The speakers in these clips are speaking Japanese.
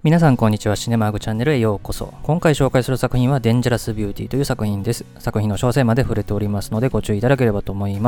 皆さんこんにちは。シネマーグチャンネルへようこそ。今回紹介する作品はデンジャラスビューティーという作品です。作品の詳細まで触れておりますのでご注意いただければと思います。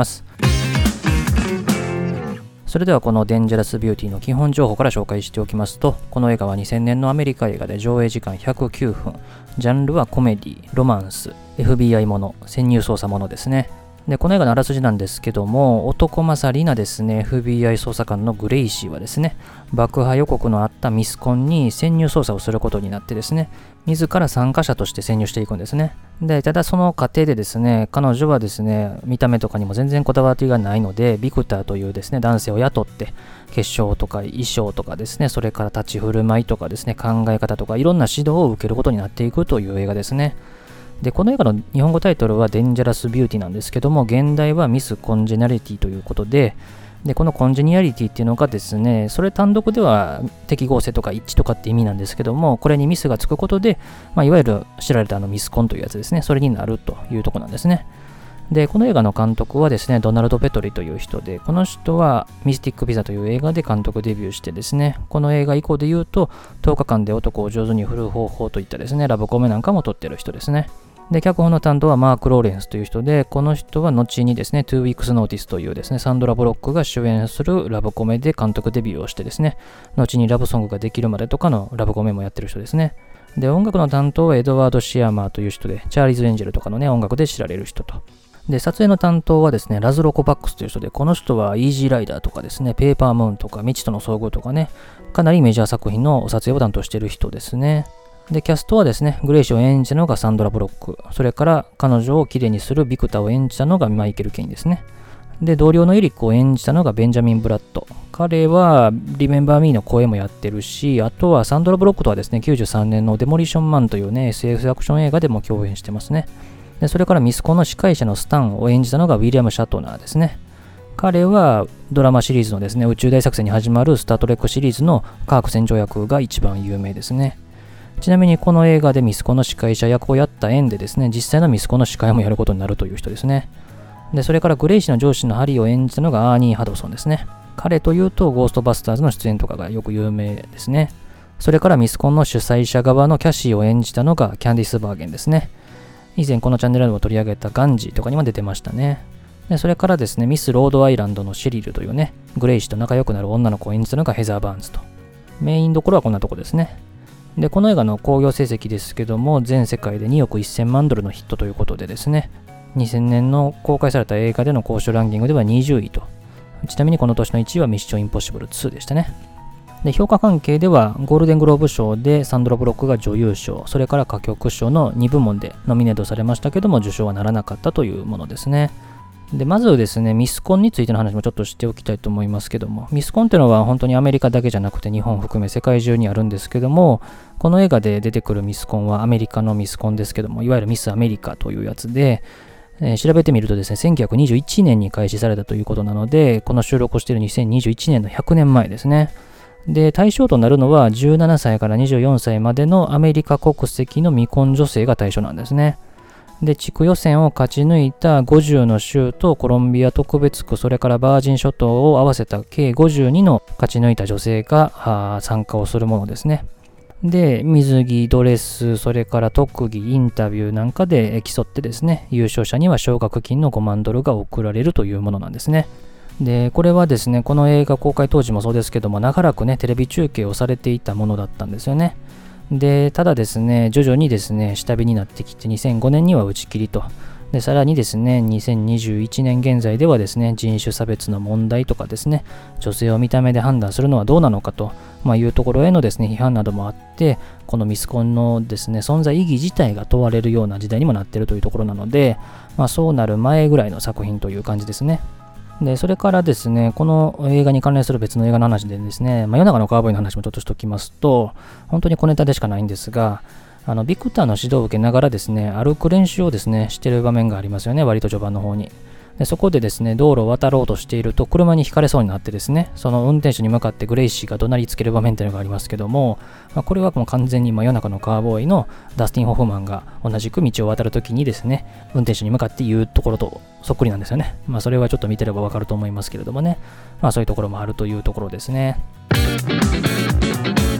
それではこのデンジャラスビューティーの基本情報から紹介しておきますと、この映画は2000年のアメリカ映画で上映時間109分、ジャンルはコメディ、ロマンス、FBI もの、潜入捜査ものですね。で、この映画のあらすじなんですけども、男勝りなですね、FBI 捜査官のグレイシーはですね、爆破予告のあったミスコンに潜入捜査をすることになってですね、自ら参加者として潜入していくんですね。で、ただその過程でですね、彼女はですね、見た目とかにも全然こだわりがないので、ビクターというですね、男性を雇って、化粧とか衣装とかですね、それから立ち振る舞いとかですね、考え方とかいろんな指導を受けることになっていくという映画ですね。で、この映画の日本語タイトルはデンジャラスビューティーなんですけども、現代はミスコンジェニャリティということで、このコンジェニャリティっていうのがですね、それ単独では適合性とか一致とかって意味なんですけども、これにミスがつくことで、いわゆる知られたミスコンというやつですね、それになるというところなんですね。で、この映画の監督はですね、ドナルド・ペトリという人で、この人はミスティック・ピザという映画で監督デビューしてですね、この映画以降で言うと、10日間で男を上手に振る方法といったですね、ラブコメなんかも撮ってる人ですね。で、脚本の担当はマーク・ローレンスという人で、この人は後にですね、2 Weeks Notice というですね、サンドラ・ブロックが主演するラブコメで監督デビューをしてですね、後にラブソングができるまでとかのラブコメもやってる人ですね。で、音楽の担当はエドワード・シアマーという人で、チャーリーズ・エンジェルとかのね、音楽で知られる人と。で、撮影の担当はですね、ラズロ・コバックスという人で、この人はイージーライダーとかですね、ペーパームーンとか、未知との遭遇とかね、かなりメジャー作品の撮影を担当している人ですね。で、キャストはですね、グレイシーを演じたのがサンドラ・ブロック、それから彼女をきれいにするビクターを演じたのがマイケル・ケインですね。で、同僚のエリックを演じたのがベンジャミン・ブラッド。彼はリメンバー・ミーの声もやってるし、あとはサンドラ・ブロックとはですね、93年のデモリション・マンというね、SF アクション映画でも共演してますね。で、それからミスコンの司会者のスタンを演じたのがウィリアム・シャトナーですね。彼はドラマシリーズのですね、宇宙大作戦に始まるスタートレックシリーズの科学戦場役が一番有名ですね。ちなみにこの映画でミスコンの司会者役をやった縁でですね、実際のミスコンの司会もやることになるという人ですね。で、それからグレイシーの上司のハリーを演じたのがアーニー・ハドソンですね。彼というとゴーストバスターズの出演とかがよく有名ですね。それからミスコンの主催者側のキャシーを演じたのがキャンディス・バーゲンですね。以前このチャンネルでも取り上げたガンジーとかにも出てましたね。で、それからですね、ミス・ロードアイランドのシェリルというね、グレイシーと仲良くなる女の子を演じたのがヘザー・バーンズと。メインどころはこんなとこですね。で、この映画の興行成績ですけども、全世界で2億1000万ドルのヒットということでですね、2000年の公開された映画での興収ランキングでは20位と。ちなみにこの年の1位はミッションインポッシブル2でしたね。で、評価関係ではゴールデングローブ賞でサンドラ・ブロックが女優賞、それから歌曲賞の2部門でノミネートされましたけども、受賞はならなかったというものですね。で、まずですね、ミスコンについての話もちょっとしておきたいと思いますけども、ミスコンっていうのは本当にアメリカだけじゃなくて日本含め世界中にあるんですけども、この映画で出てくるミスコンはアメリカのミスコンですけども、いわゆるミスアメリカというやつで、調べてみるとですね、1921年に開始されたということなので、この収録をしている2021年の100年前ですね。で、対象となるのは17歳から24歳までのアメリカ国籍の未婚女性が対象なんですね。で、地区予選を勝ち抜いた50の州とコロンビア特別区、それからバージン諸島を合わせた計52の勝ち抜いた女性が参加をするものですね。で、水着、ドレス、それから特技、インタビューなんかで競ってですね、優勝者には奨学金の5万ドルが贈られるというものなんですね。で、これはですね、この映画公開当時もそうですけども、長らくね、テレビ中継をされていたものだったんですよね。で、ただですね、徐々にですね、下火になってきて、2005年には打ち切りと。で、さらにですね、2021年現在ではですね、人種差別の問題とかですね、女性を見た目で判断するのはどうなのかと、いうところへのですね、批判などもあって、このミスコンのですね、存在意義自体が問われるような時代にもなっているというところなので、そうなる前ぐらいの作品という感じですね。で、それからですね、この映画に関連する別の映画の話でですね、夜中のカウボーイの話もちょっとしておきますと、本当に小ネタでしかないんですが、ビクターの指導を受けながらですね、歩く練習をですね、してる場面がありますよね、割と序盤の方に。で、そこでですね、道路を渡ろうとしていると車にひかれそうになってですね、その運転手に向かってグレイシーが怒鳴りつける場面というのがありますけども、これはもう完全に夜中のカーボーイのダスティン・ホフマンが同じく道を渡るときにですね、運転手に向かって言うところとそっくりなんですよね。それはちょっと見てればわかると思いますけれどもね、そういうところもあるというところですね。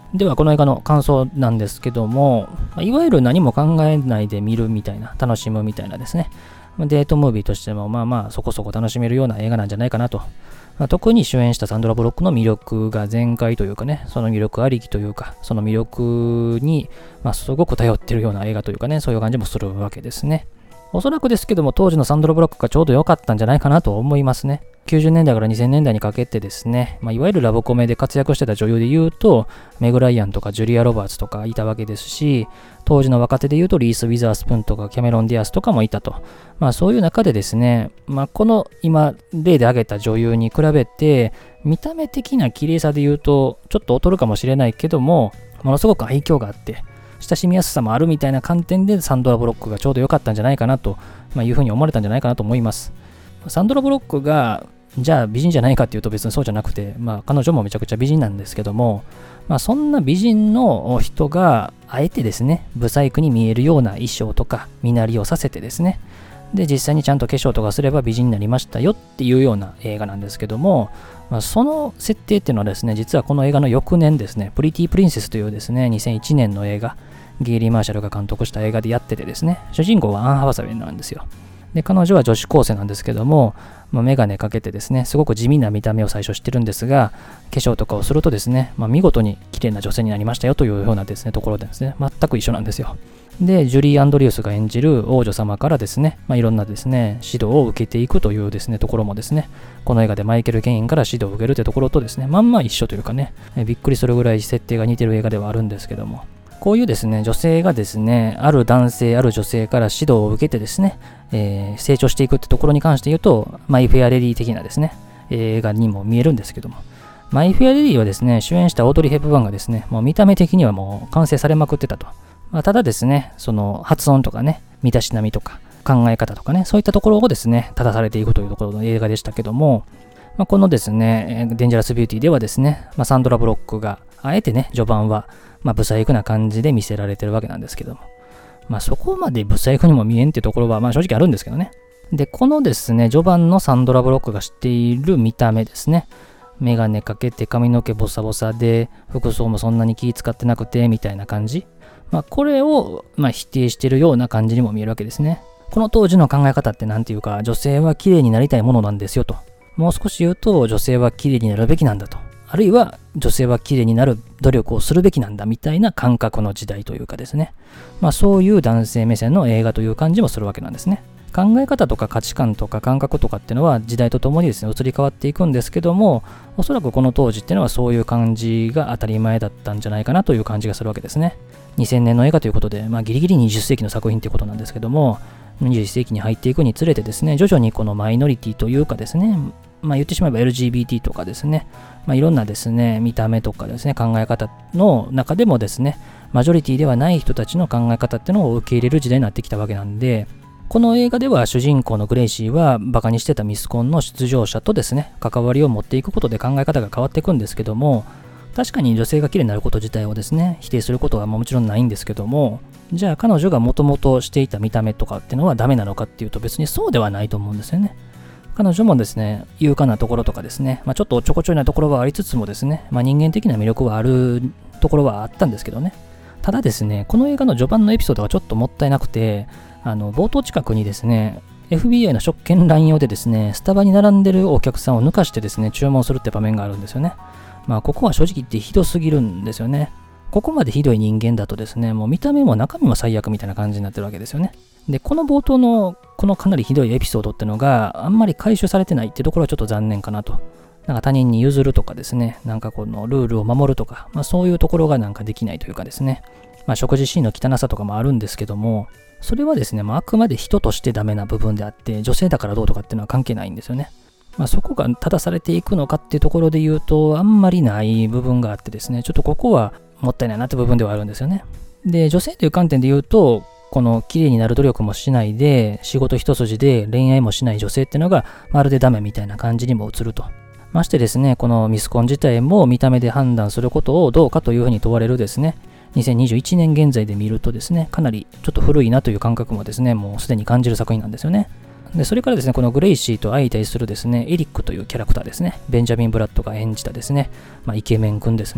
ではこの映画の感想なんですけども、いわゆる何も考えないで見るみたいな、楽しむみたいなですね、デートムービーとしてもそこそこ楽しめるような映画なんじゃないかなと。特に主演したサンドラ・ブロックの魅力が全開というかね、その魅力ありきというか、その魅力にすごく頼ってるような映画というかね、そういう感じもするわけですね。おそらくですけども、当時のサンドラ・ブロックがちょうど良かったんじゃないかなと思いますね。90年代から2000年代にかけてですね、いわゆるラブコメで活躍してた女優で言うと、メグ・ライアンとかジュリア・ロバーツとかいたわけですし、当時の若手で言うとリース・ウィザースプーンとかキャメロン・ディアスとかもいたと。そういう中でですね、この今例で挙げた女優に比べて、見た目的な綺麗さで言うと、ちょっと劣るかもしれないけども、ものすごく愛嬌があって、親しみやすさもあるみたいな観点でサンドラ・ブロックがちょうど良かったんじゃないかなと、いうふうに思われたんじゃないかなと思います。サンドラ・ブロックがじゃあ美人じゃないかっていうと別にそうじゃなくて、彼女もめちゃくちゃ美人なんですけども、そんな美人の人があえてですね、ブサイクに見えるような衣装とか身なりをさせてですね、で実際にちゃんと化粧とかすれば美人になりましたよっていうような映画なんですけども、その設定っていうのはですね、実はこの映画の翌年ですね、プリティ・プリンセスというですね、2001年の映画、ゲイリー・マーシャルが監督した映画でやっててですね、主人公はアン・ハバサウェイなんですよ。で、彼女は女子高生なんですけども、メガネかけてですね、すごく地味な見た目を最初してるんですが、化粧とかをするとですね、見事に綺麗な女性になりましたよというようなですね、ところでですね、全く一緒なんですよ。で、ジュリー・アンドリュースが演じる王女様からですね、いろんなですね、指導を受けていくというですね、ところもですね、この映画でマイケル・ケインから指導を受けるというところとですね、一緒というかね、びっくりするぐらい設定が似てる映画ではあるんですけども、こういうですね、女性がですね、ある男性、ある女性から指導を受けてですね、成長していくってところに関して言うと、マイ・フェア・レディ的なですね、映画にも見えるんですけども、マイ・フェア・レディはですね、主演したオードリー・ヘップバーンがですね、もう見た目的にはもう完成されまくってたと。ただですね、その発音とかね、身だしなみとか考え方とかね、そういったところをですね、正されていくというところの映画でしたけども、このですね、デンジャラス・ビューティーではですね、サンドラ・ブロックがあえてね、序盤はブサイクな感じで見せられてるわけなんですけども、そこまでブサイクにも見えんってところは正直あるんですけどね。で、このですね、序盤のサンドラ・ブロックがしている見た目ですね、メガネかけて髪の毛ボサボサで服装もそんなに気使ってなくてみたいな感じ、これを否定しているような感じにも見えるわけですね。この当時の考え方ってなんていうか、女性は綺麗になりたいものなんですよと。もう少し言うと、女性は綺麗になるべきなんだと。あるいは女性は綺麗になる努力をするべきなんだみたいな感覚の時代というかですね。そういう男性目線の映画という感じもするわけなんですね。考え方とか価値観とか感覚とかっていうのは時代とともにですね、移り変わっていくんですけども、おそらくこの当時っていうのはそういう感じが当たり前だったんじゃないかなという感じがするわけですね。2000年の映画ということで、ギリギリ20世紀の作品ということなんですけども、21世紀に入っていくにつれてですね、徐々にこのマイノリティというかですね、言ってしまえば LGBT とかですね、いろんなですね、見た目とかですね、考え方の中でもですね、マジョリティではない人たちの考え方っていうのを受け入れる時代になってきたわけなんで、この映画では主人公のグレイシーはバカにしてたミスコンの出場者とですね、関わりを持っていくことで考え方が変わっていくんですけども、確かに女性が綺麗になること自体をですね、否定することはもちろんないんですけども、じゃあ彼女がもともとしていた見た目とかっていうのはダメなのかっていうと別にそうではないと思うんですよね。彼女もですね、勇敢なところとかですね、ちょっとおっちょこちょいなところはありつつもですね、人間的な魅力はあるところはあったんですけどね。ただですね、この映画の序盤のエピソードがちょっともったいなくて、冒頭近くにですね、FBI の職権乱用でですね、スタバに並んでるお客さんを抜かしてですね、注文するって場面があるんですよね。ここは正直言ってひどすぎるんですよね。ここまでひどい人間だとですね、もう見た目も中身も最悪みたいな感じになってるわけですよね。で、この冒頭のこのかなりひどいエピソードってのがあんまり回収されてないっていうところはちょっと残念かなと。他人に譲るとかですね、このルールを守るとか、そういうところができないというかですね、食事シーンの汚さとかもあるんですけども、それはですね、あくまで人としてダメな部分であって、女性だからどうとかっていうのは関係ないんですよね。そこが正されていくのかっていうところで言うと、あんまりない部分があってですね、ちょっとここはもったいないなって部分ではあるんですよね。で、女性という観点で言うと、この綺麗になる努力もしないで、仕事一筋で恋愛もしない女性っていうのがまるでダメみたいな感じにも映ると。ましてですね、このミスコン自体も見た目で判断することをどうかというふうに問われるですね、2021年現在で見るとですね、かなりちょっと古いなという感覚もですね、もうすでに感じる作品なんですよね。で、それからですね、このグレイシーと相対するですね、エリックというキャラクターですね、ベンジャミン・ブラッドが演じたですね、イケメン君ですね。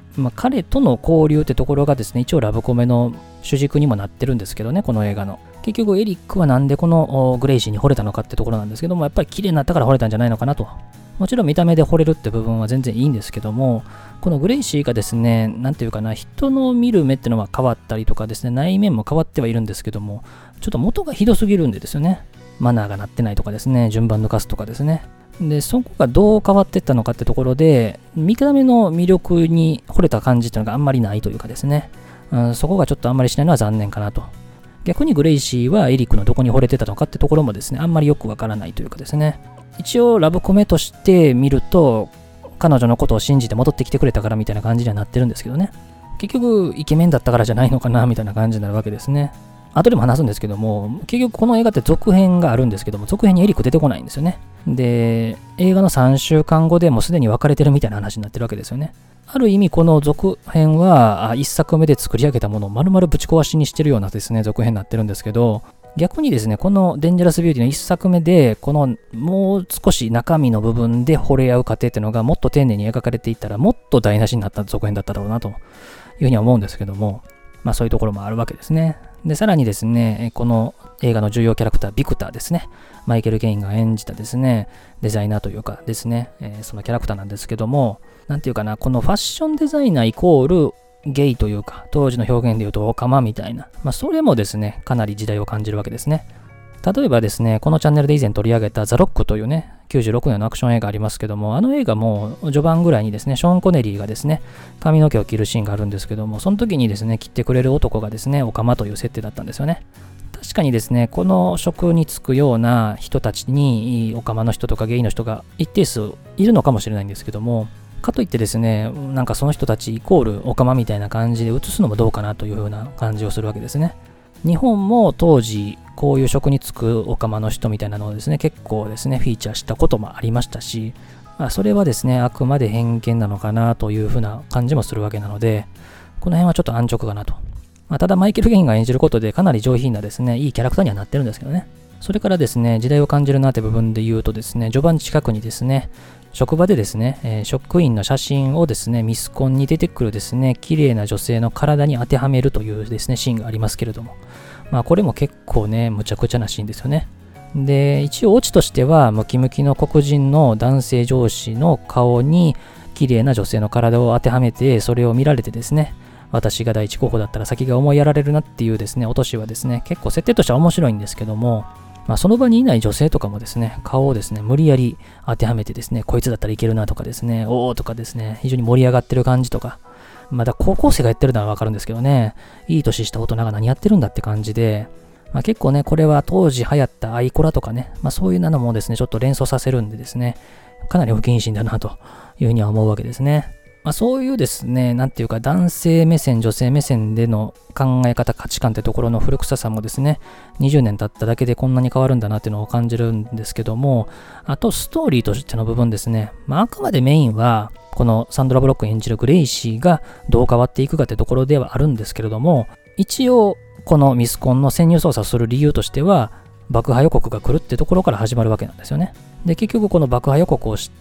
彼との交流ってところがですね、一応ラブコメの主軸にもなってるんですけどね、この映画の。結局エリックはなんでこのグレイシーに惚れたのかってところなんですけども、やっぱり綺麗になったから惚れたんじゃないのかなと。もちろん見た目で惚れるって部分は全然いいんですけども、このグレイシーがですね、なんていうかな、人の見る目ってのは変わったりとかですね、内面も変わってはいるんですけども、ちょっと元がひどすぎるんでですよね。マナーがなってないとかですね、順番抜かすとかですね。で、そこがどう変わっていったのかってところで、見た目の魅力に惚れた感じっていうのがあんまりないというかですね、そこがちょっとあんまりしないのは残念かなと。逆にグレイシーはエリックのどこに惚れてたのかってところもですね、あんまりよくわからないというかですね。一応ラブコメとして見ると、彼女のことを信じて戻ってきてくれたからみたいな感じにはなってるんですけどね。結局イケメンだったからじゃないのかなみたいな感じになるわけですね。後でも話すんですけども、結局この映画って続編があるんですけども、続編にエリック出てこないんですよね。で、映画の3週間後でもうすでに別れてるみたいな話になってるわけですよね。ある意味この続編は1作目で作り上げたものを丸々ぶち壊しにしてるようなですね、続編になってるんですけど、逆にですね、このデンジャラスビューティーの1作目で、このもう少し中身の部分で惚れ合う過程っていうのがもっと丁寧に描かれていったら、もっと台無しになった続編だっただろうなというふうには思うんですけども、そういうところもあるわけですね。で、さらにですね、この映画の重要キャラクター、ビクターですね。マイケル・ケインが演じたですね、デザイナーというかですね、そのキャラクターなんですけども、なんていうかな、このファッションデザイナーイコールゲイというか、当時の表現で言うとオカマみたいな、それもですね、かなり時代を感じるわけですね。例えばですね、このチャンネルで以前取り上げたザ・ロックというね、96年のアクション映画ありますけども、あの映画も序盤ぐらいにですね、ショーン・コネリーがですね、髪の毛を切るシーンがあるんですけども、その時にですね、切ってくれる男がですね、オカマという設定だったんですよね。確かにですね、この職に就くような人たちに、オカマの人とかゲイの人が一定数いるのかもしれないんですけども、かといってですね、なんかその人たちイコールオカマみたいな感じで映すのもどうかなというふうな感じをするわけですね。日本も当時こういう職に就くオカマの人みたいなのをですね、結構ですね、フィーチャーしたこともありましたし、それはですね、あくまで偏見なのかなというふうな感じもするわけなので、この辺はちょっと安直かなと。ただマイケル・ゲインが演じることでかなり上品なですね、いいキャラクターにはなってるんですけどね。それからですね、時代を感じるなって部分で言うとですね、序盤近くにですね、職場でですね、職員の写真をですね、ミスコンに出てくるですね、綺麗な女性の体に当てはめるというですね、シーンがありますけれども、これも結構ね、むちゃくちゃなシーンですよね。で、一応オチとしては、ムキムキの黒人の男性上司の顔に綺麗な女性の体を当てはめて、それを見られてですね、私が第一候補だったら先が思いやられるなっていうですね、落としはですね、結構設定としては面白いんですけども、その場にいない女性とかもですね、顔をですね、無理やり当てはめてですね、こいつだったらいけるなとかですね、おーとかですね、非常に盛り上がってる感じとか、まだ高校生がやってるのはわかるんですけどね、いい年した大人が何やってるんだって感じで、結構ね、これは当時流行ったアイコラとかね、そういうのもですね、ちょっと連想させるんでですね、かなり不謹慎だなというふうには思うわけですね。そういうですね、なんていうか男性目線、女性目線での考え方、価値観ってところの古臭さもですね、20年経っただけでこんなに変わるんだなっていうのを感じるんですけども、あとストーリーとしての部分ですね、あくまでメインは、このサンドラ・ブロック演じるグレイシーがどう変わっていくかってところではあるんですけれども、一応、このミスコンの潜入捜査をする理由としては、爆破予告が来るってところから始まるわけなんですよね。で、結局この爆破予告を知って、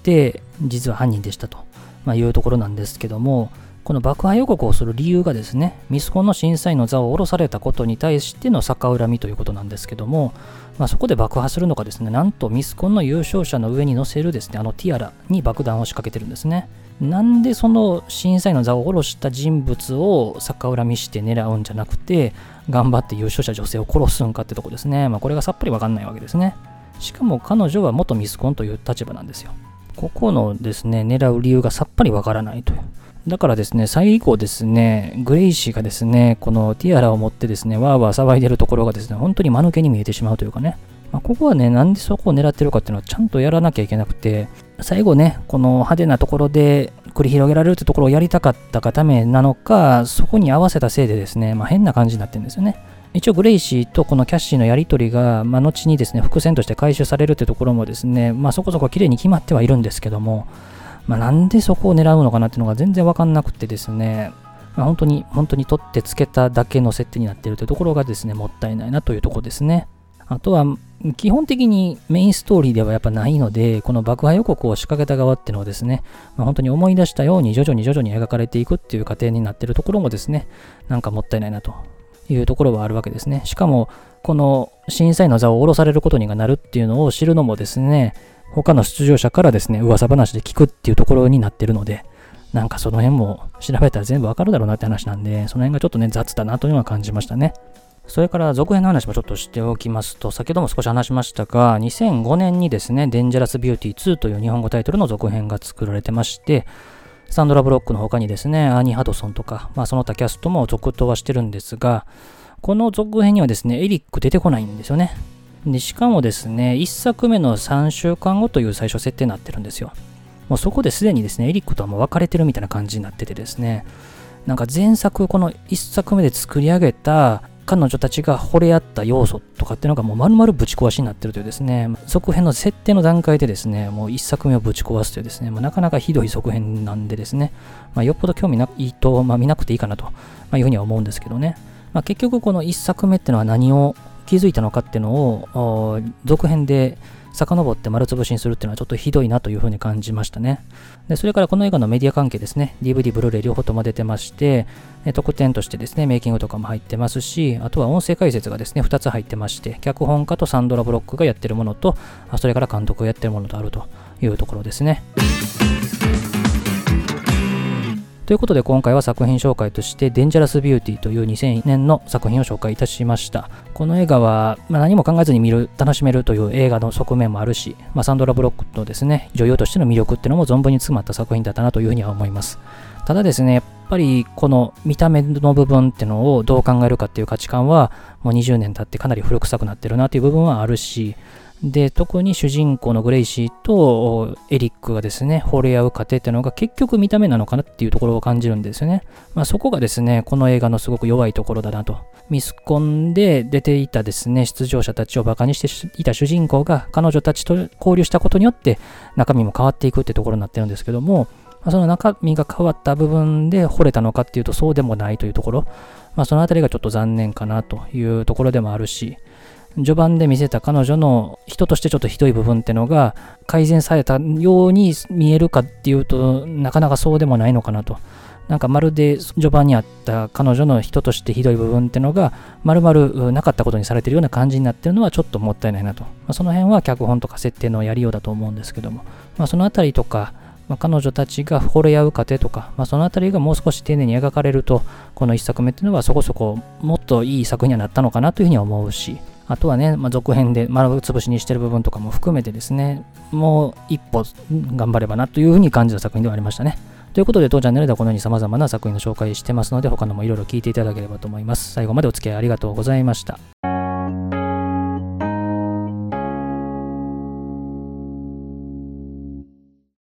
実は犯人でしたと。いうところなんですけども、この爆破予告をする理由がですね、ミスコンの審査員の座を下ろされたことに対しての逆恨みということなんですけども、そこで爆破するのがですね、なんとミスコンの優勝者の上に乗せるですね、ティアラに爆弾を仕掛けてるんですね。なんでその審査員の座を下ろした人物を逆恨みして狙うんじゃなくて、頑張って優勝者女性を殺すんかってとこですね。これがさっぱりわかんないわけですね。しかも彼女は元ミスコンという立場なんですよ。ここのですね、狙う理由がさっぱりわからないという。だからですね、最後ですね、グレイシーがですね、このティアラを持ってですね、ワーワー騒いでるところがですね、本当に間抜けに見えてしまうというかね。ここはね、なんでそこを狙ってるかっていうのはちゃんとやらなきゃいけなくて、最後ね、この派手なところで繰り広げられるってところをやりたかったがためなのか、そこに合わせたせいでですね、変な感じになってるんですよね。一応グレイシーとこのキャッシーのやり取りが、後にですね、伏線として回収されるってところもですね、そこそこ綺麗に決まってはいるんですけども、なんでそこを狙うのかなっていうのが全然わかんなくてですね、本当に取ってつけただけの設定になっているというところがですね、もったいないなというところですね。 あとは、基本的にメインストーリーではやっぱないので、この爆破予告を仕掛けた側っていうのをですね、本当に思い出したように徐々に描かれていくっていう過程になっているところもですね、なんかもったいないなというところはあるわけですね。しかも、この審査員の座を下ろされることになるっていうのを知るのもですね、他の出場者からですね、噂話で聞くっていうところになってるので、なんかその辺も調べたら全部わかるだろうなって話なんで、その辺がちょっとね、雑だなというのは感じましたね。それから続編の話もちょっとしておきますと、先ほども少し話しましたが、2005年にですね、デンジャラスビューティー2という日本語タイトルの続編が作られてまして、サンドラ・ブロックの他にですね、アーニー・ハドソンとか、その他キャストも続投はしてるんですが、この続編にはですね、エリック出てこないんですよね。で、しかもですね、1作目の3週間後という最初設定になってるんですよ。もうそこですでにですね、エリックとはもう別れてるみたいな感じになっててですね、なんか前作、この1作目で作り上げた彼女たちが惚れ合った要素とかっていうのがもう丸々ぶち壊しになってるというですね、続編の設定の段階でですね、もう1作目をぶち壊すというですね、なかなかひどい続編なんでですね、よっぽど興味ないと、見なくていいかなというふうには思うんですけどね。結局この1作目っていうのは何を気づいたのかっていうのを続編で遡って丸つぶしにするっていうのはちょっとひどいなというふうに感じましたね。で、それからこの映画のメディア関係ですね、DVD、ブルーレイ両方とも出てまして、特典としてですね、メイキングとかも入ってますし、あとは音声解説がですね、2つ入ってまして、脚本家とサンドラ・ブロックがやってるものと、それから監督がやってるものとあるというところですね。ということで今回は作品紹介としてデンジャラスビューティーという2000年の作品を紹介いたしました。この映画は、何も考えずに楽しめるという映画の側面もあるし、サンドラ・ブロックのですね、女優としての魅力っていうのも存分に詰まった作品だったなというふうには思います。ただですね、やっぱりこの見た目の部分っていうのをどう考えるかっていう価値観はもう20年経ってかなり古臭くなってるなという部分はあるし、で、特に主人公のグレイシーとエリックがですね、惚れ合う過程っていうのが結局見た目なのかなっていうところを感じるんですよね。そこがですね、この映画のすごく弱いところだなと。ミスコンで出ていたですね、出場者たちをバカにしていた主人公が彼女たちと交流したことによって中身も変わっていくってところになってるんですけども、その中身が変わった部分で惚れたのかっていうとそうでもないというところ、そのあたりがちょっと残念かなというところでもあるし、序盤で見せた彼女の人としてちょっとひどい部分ってのが改善されたように見えるかっていうとなかなかそうでもないのかなと。なんかまるで序盤にあった彼女の人としてひどい部分ってのが丸々なかったことにされているような感じになっているのはちょっともったいないなと。その辺は脚本とか設定のやりようだと思うんですけども、そのあたりとか彼女たちが惚れ合う過程とか、そのあたりがもう少し丁寧に描かれると、この一作目っていうのはそこそこもっといい作品にはなったのかなというふうには思うし、あとはね、続編で丸つぶしにしてる部分とかも含めてですね、もう一歩頑張ればなというふうに感じた作品ではありましたね。ということで、当チャンネルではこのように様々な作品の紹介してますので、他のもいろいろ聞いていただければと思います。最後までお付き合いありがとうございました。